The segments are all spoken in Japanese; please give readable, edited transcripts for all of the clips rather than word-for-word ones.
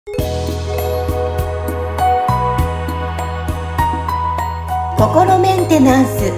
心メンテナンス。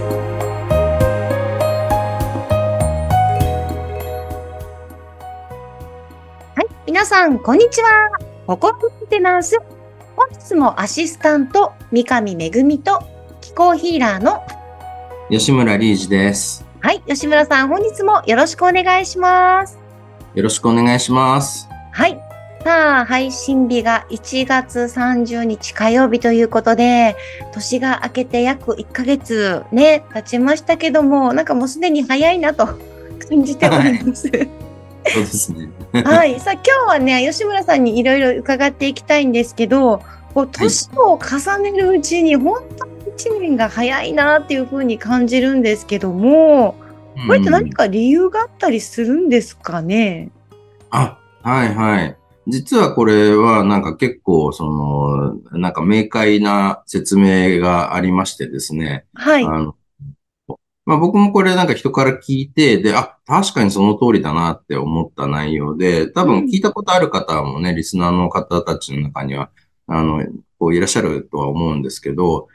はい、皆さんこんにちは。心メンテナンス。本日もアシスタント三上めぐみと気候ヒーラーの吉村リージです。 はい、吉村さん本日もよろしくお願いします。 よろしくお願いします。 はい。さあ、配信日が1月30日火曜日ということで、年が明けて約1ヶ月ね、経ちましたけども、なんかもうすでに早いなと感じております。 そうですね。 はい。さあ、今日はね、吉村さんにいろいろ伺っていきたいんですけど、年を重ねるうちに本当に1年が早いなっていうふうに感じるんですけども、これって何か理由があったりするんですかね？ はいはい。実はこれはなんか結構なんか明快な説明がありましてですね。 はい。 僕もこれなんか人から聞いて、で、確かにその通りだなって思った内容で、多分聞いたことある方もね、リスナーの方たちの中には、いらっしゃるとは思うんですけど、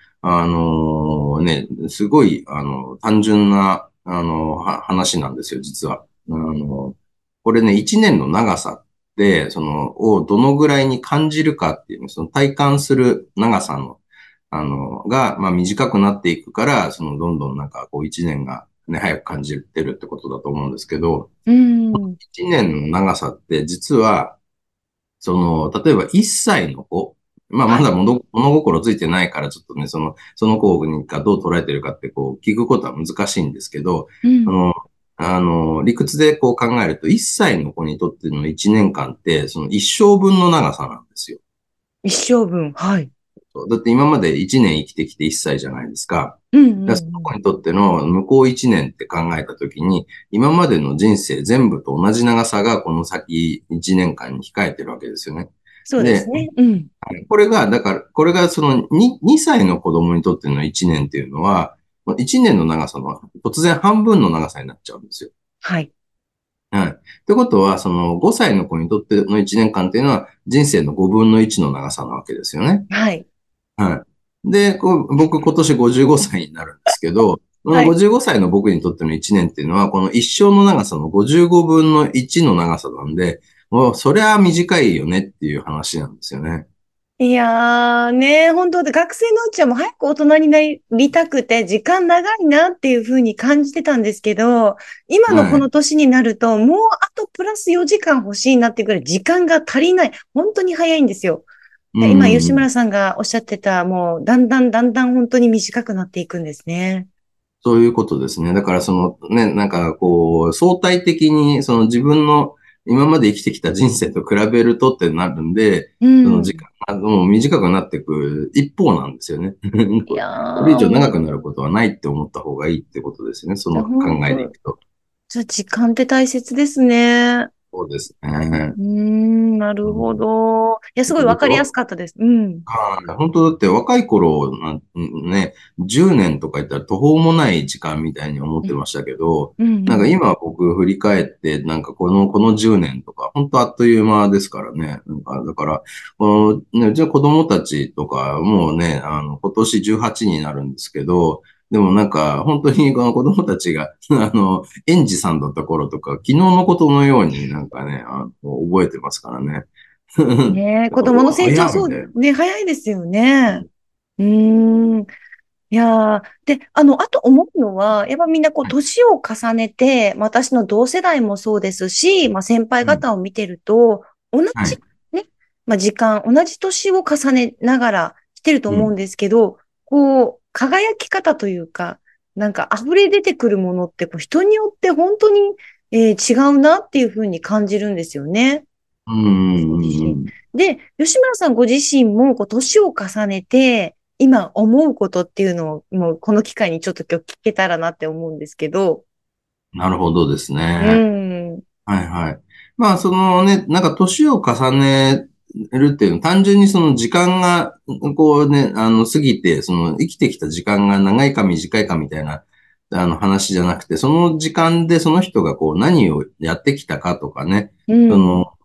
すごい、単純な、話なんですよ、実は。これね、一年の長さって、をどのぐらいに感じるかっていうね、その体感する長さの短くなっていくから、どんどんなんか、一年がね、早く感じてるってことだと思うんですけど、一年の長さって、実は、例えば1歳の子、まだ物心ついてないから、ちょっとね、その子がどう捉えてるかって、聞くことは難しいんですけど、理屈で考えると、1歳の子にとっての1年間って、その一生分の長さなんですよ。 一生分。はい。 だって今まで1年生きてきて1歳じゃないですか。だからその子にとっての向こう1年って考えたときに、今までの人生全部と同じ長さがこの先1年間に控えてるわけですよね。 そうですで、 ね。 これがその2歳の子供にとっての1年っていうのは、1年の長さの突然半分の長さになっちゃうんですよ。 はい。 はい。ってことは、その5歳の子にとっての1年間っていうのは人生の5分の1の長さなわけですよね。 はい。 はい。で、僕今年55歳になるんですけど、このはい。 55歳の僕にとっての1年っていうのは、この一生の長さの55分の1の長さなんで、もうそりゃ短いよねっていう話なんですよね。 いやーね、本当で学生のうちはもう早く大人になりたくて、時間長いなっていうふうに感じてたんですけど、今のこはい。 の年になると、もうあとプラス4時間欲しいなっていうくらい時間が足りない。本当に早いんですよ。 うん今、 うんうん。 吉村さんがおっしゃってた、もう、だんだん本当に短くなっていくんですね。 そういうことですね。だからなんか相対的に自分の今まで生きてきた人生と比べるとってなるんで、 うその時ん。 間がもう短くなっていく一方なんですよね。 いやこれ以ー、 上長くもなることはないって思った方がいいってことですよね。そう、 の考本当、 えでいくと。 じゃあ時間って大切ですね。 そうですね。 なるほうん、 ど。いや、すごいわかりやすかったです。うん。 本当だって若い頃なんね、10年とか言ったら途方もない時間みたいに思ってましたけど、 うん、 なんかうん。 今僕振り返って、なんかこの10年とか、本当あっという間ですからね。なんか、だから、うちの子供たちとか、もうね、今年18になるんですけど、でもなんか、本当にこの子供たちが、園児さんだった頃とか、昨日のことのようになんかね、覚えてますからね。 ねえ、子供のうわ、 成長、 早いみそう、 たいな。 ね、早いですよね。うーん。いやー、で、あと思うのは、やっぱみんな年を重ねて、私の同世代もそうですし、先輩うん。 方を見てると、同じはい。 ね、時間、同じ年を重ねながら来てるとうん。 思うんですけど、輝き方というか、なんか溢れ出てくるものって、人によって本当に、違うなっていうふうに感じるんですよね。 うん。 ご自身。 うん。 で、吉村さんご自身も、年を重ねて、今思うことっていうのを、もうこの機会にちょっと今日聞けたらなって思うんですけど、 なるほどですうね。 ん、 はいはい。まあ、なんか年を重ねるっていうのは、単純にその時間が、過ぎて、生きてきた時間が長いか短いかみたいな、話じゃなくて、その時間でその人が何をやってきたかとかね、 うん。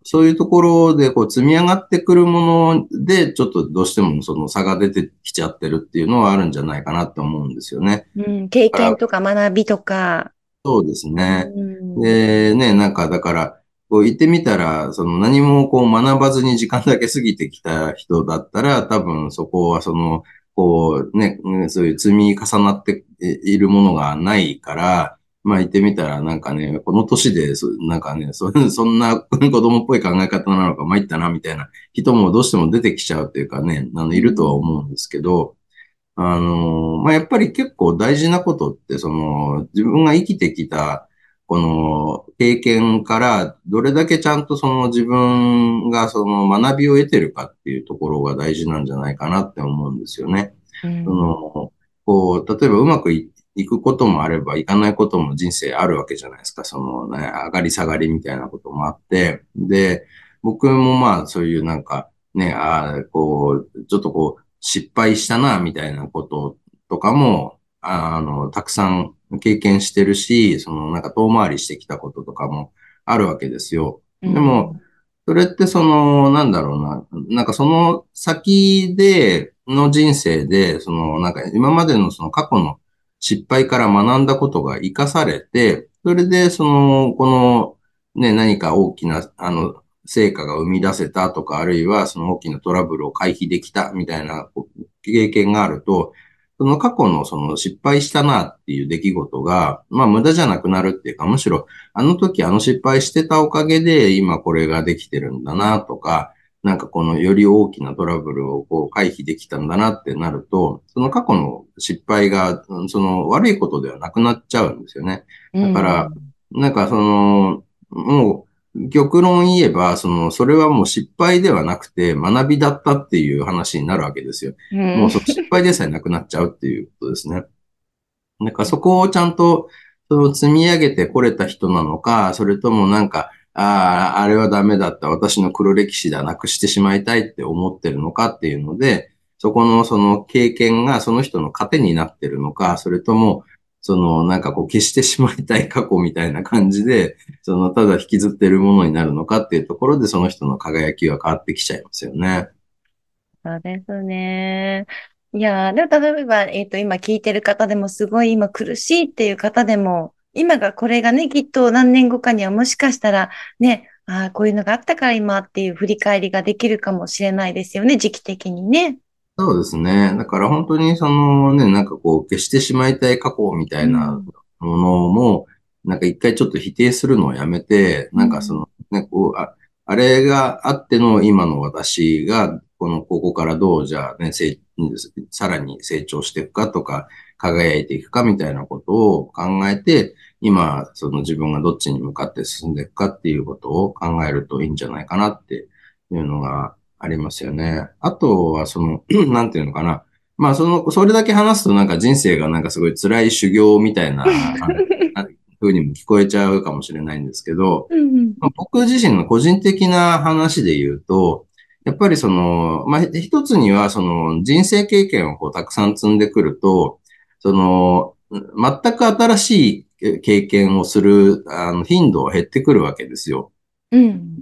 そういうところでこう積み上がってくるもので、ちょっとどうしてもその差が出てきちゃってるっていうのはあるんじゃないかなって思うんですよね。 うん、経だから、 験とか学びとか。 そうですうね。 ん。 で、ね、なんかだから、こう言ってみたら、その何もこう学ばずに時間だけ過ぎてきた人だったら、多分そこはその、こうね、そういう積み重なっているものがないから、まあ言ってみたらなんかね、この年でなんかね、そんな子供っぽい考え方なのか参ったなみたいな人もどうしても出てきちゃうっていうかね、いるとはうん。 思うんですけど、まあ、やっぱり結構大事なことって、その、自分が生きてきた、この経験から、どれだけちゃんとその自分がその学びを得てるかっていうところが大事なんじゃないかなって思うんですよね。 うそん。 の、こう、例えばうまくいくこともあれば、いかないことも人生あるわけじゃないですか。そのね、上がり下がりみたいなこともあって。で、僕もまあ、そういうなんか、ね、こう、ちょっとこう、失敗したな、みたいなこととかも、たくさん経験してるし、そのなんか遠回りしてきたこととかもあるわけですよ。 うでも、 ん。 それってその、なんだろうな、なんかその先で、の人生で、その、なんか今までのその過去の失敗から学んだことが活かされて、それでその、この、ね、何か大きな、成果が生み出せたとか、あるいはその大きなトラブルを回避できたみたいな経験があると、その過去のその失敗したなっていう出来事が、まあ無駄じゃなくなるっていうか、むしろあの時あの失敗してたおかげで今これができてるんだなとか、なんかこのより大きなトラブルをこう回避できたんだなってなると、その過去の失敗が、その悪いことではなくなっちゃうんですよね。 うだから、 ん。 なんかその、もう、極論言えば、その、それはもう失敗ではなくて学びだったっていう話になるわけですよ。 うん。 もうその失敗でさえなくなっちゃうっていうことですね。なんかそこをちゃんと、その積み上げてこれた人なのか、それともなんか、ああ、あれはダメだった、私の黒歴史だ、なくしてしまいたいって思ってるのかっていうので、そこのその経験がその人の糧になってるのか、それとも、そのなんかこう消してしまいたい過去みたいな感じで、そのただ引きずってるものになるのかっていうところでその人の輝きは変わってきちゃいますよね。 そうですね。いやー、でも例えば、今聞いてる方でもすごい今苦しいっていう方でも、今がこれがね、きっと何年後かにはもしかしたらね、ああ、こういうのがあったから今っていう振り返りができるかもしれないですよね、時期的にね。 そうですね。だから本当にそのね、なんかこう消してしまいたい過去みたいなうん。 ものも、なんか一回ちょっと否定するのをやめて、 うん。 なんかそのね、こう、あれがあっての今の私が、ここからどうじゃあね、さらに成長していくかとか、輝いていくかみたいなことを考えて、今、その自分がどっちに向かって進んでいくかっていうことを考えるといいんじゃないかなっていうのがありますよね。あとは、その、なんていうのかな。まあ、それだけ話すとなんか人生がなんかすごい辛い修行みたいな、風にも聞こえちゃうかもしれないんですけど、 うん。 まあ僕自身の個人的な話で言うと、やっぱりその、まあ、一つにはその人生経験をこうたくさん積んでくると、その、全く新しい経験をする、頻度は減ってくるわけですよ。 うん。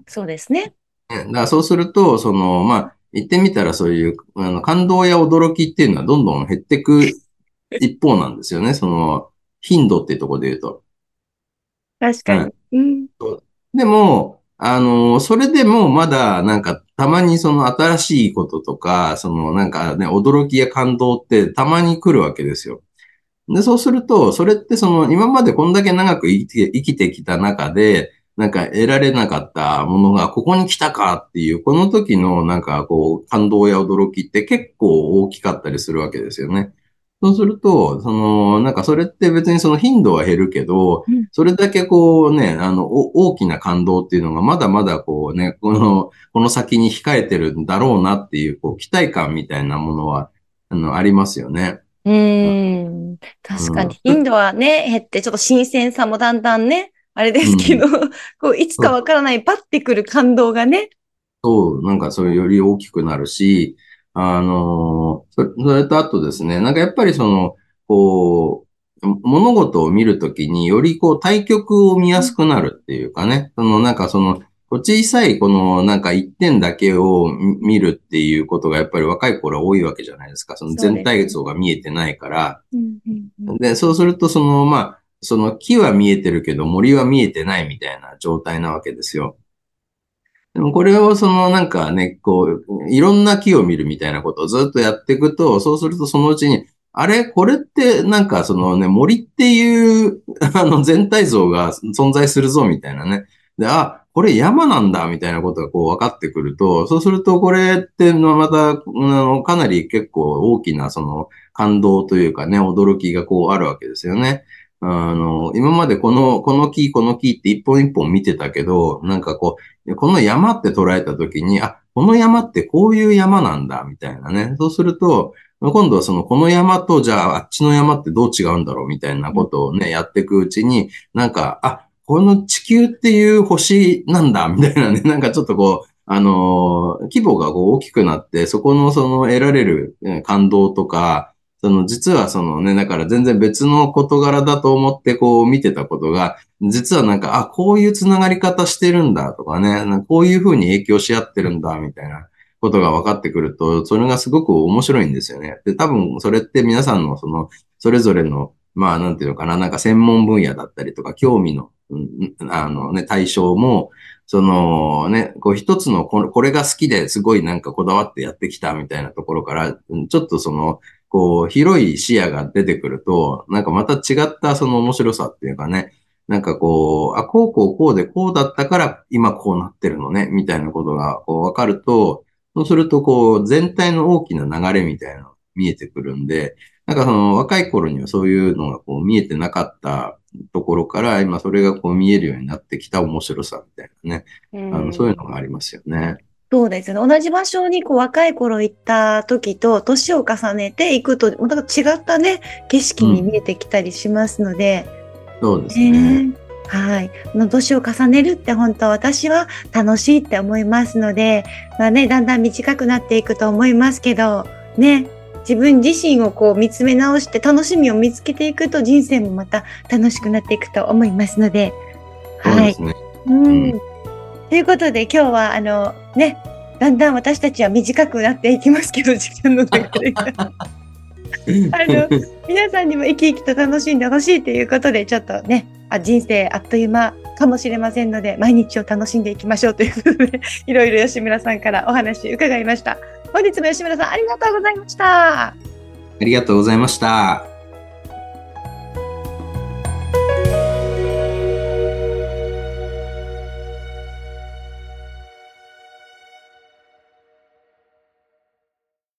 そうですね。 だからそうすると、その、まあ、言ってみたらそういう、感動や驚きっていうのはどんどん減っていく一方なんですよね。その、頻度っていうところで言うと。 確かに。 うん。 うん。 でも、それでもまだ、なんか、たまにその新しいこととか、その、なんかね、驚きや感動ってたまに来るわけですよ。で、そうすると、それってその、今までこんだけ長く生きてきた中で、なんか得られなかったものがここに来たかっていう、この時のなんかこう、感動や驚きって結構大きかったりするわけですよね。そうすると、その、なんかそれって別にその頻度は減るけど、 うん。 それだけこうね、大きな感動っていうのがまだまだこうね、この先に控えてるんだろうなっていう、こう、期待感みたいなものは、ありますよね。 うーん。確かに。 うん。 頻度はね、減って、ちょっと新鮮さもだんだんね、あれですけど、 うん。 こう、いつかわからない、パッてくる感動がね。 そう、なんかそれより大きくなるし、それとあとですね、なんかやっぱりその、こ物事を見るときによりこう対極を見やすくなるっていうかね、なんかその、 小さいこのなんか一点だけを見るっていうことがやっぱり若い頃は多いわけじゃないですか。その全体像が見えてないから。 うんうんうん。 で、そうするとその木は見えてるけど森は見えてないみたいな状態なわけですよ。でもこれをなんかね、いろんな木を見るみたいなことをずっとやっていくと、そうするとそのうちに、あれこれってなんか森っていう全体像が存在するぞみたいなね。で、あ、これ山なんだみたいなことが分かってくると、そうするとこれってまた、かなり結構大きな感動というかね、驚きがあるわけですよね。今までこの木って一本一本見てたけど、なんかこの山って捉えたときに、あ、この山ってこういう山なんだ、みたいなね。そうすると、今度はこの山と、じゃあ、あっちの山ってどう違うんだろう、みたいなことをね、やっていくうちに、なんか、あ、この地球っていう星なんだ、みたいなね。なんかちょっと規模が大きくなって、そこの得られる感動とか、実はだから全然別の事柄だと思って見てたことが、実はなんか、あ、こういうつながり方してるんだとかね、なんかこういうふうに影響し合ってるんだみたいなことが分かってくると、それがすごく面白いんですよね。で、多分それって皆さんのそれぞれの、まあ、なんていうのかな、なんか専門分野だったりとか、興味の、対象も、一つのこれが好きですごいなんかこだわってやってきたみたいなところから、ちょっと広い視野が出てくると、なんかまた違った面白さっていうかね、なんかあ、こうでこうだったから今こうなってるのね、みたいなことが分かると、そうすると全体の大きな流れみたいなのが見えてくるんで、なんか若い頃にはそういうのが見えてなかったところから、今それが見えるようになってきた面白さみたいなね、 うそういうん。 のがありますよね。 そうですね。同じ場所に若い頃行った時と年を重ねていくと、また違ったね、景色に見えうん。 てきたりしますので、 そうですね。 ねえ、はい。年を重ねるって本当私は楽しいって思いますので、まあね、だんだん短くなっていくと思いますけど、ね、自分自身を見つめ直して楽しみを見つけていくと人生もまた楽しくなっていくと思いますので、はい。 そうですね。 ううん。 ん。ということで今日はね、だんだん私たちは短くなっていきますけど、時間の流れが。皆さんにも生き生きと楽しんでほしいということで、ちょっとね、人生あっという間かもしれませんので、毎日を楽しんでいきましょうということで、いろいろ吉村さんからお話伺いました。本日も吉村さんありがとうございました。 ありがとうございました。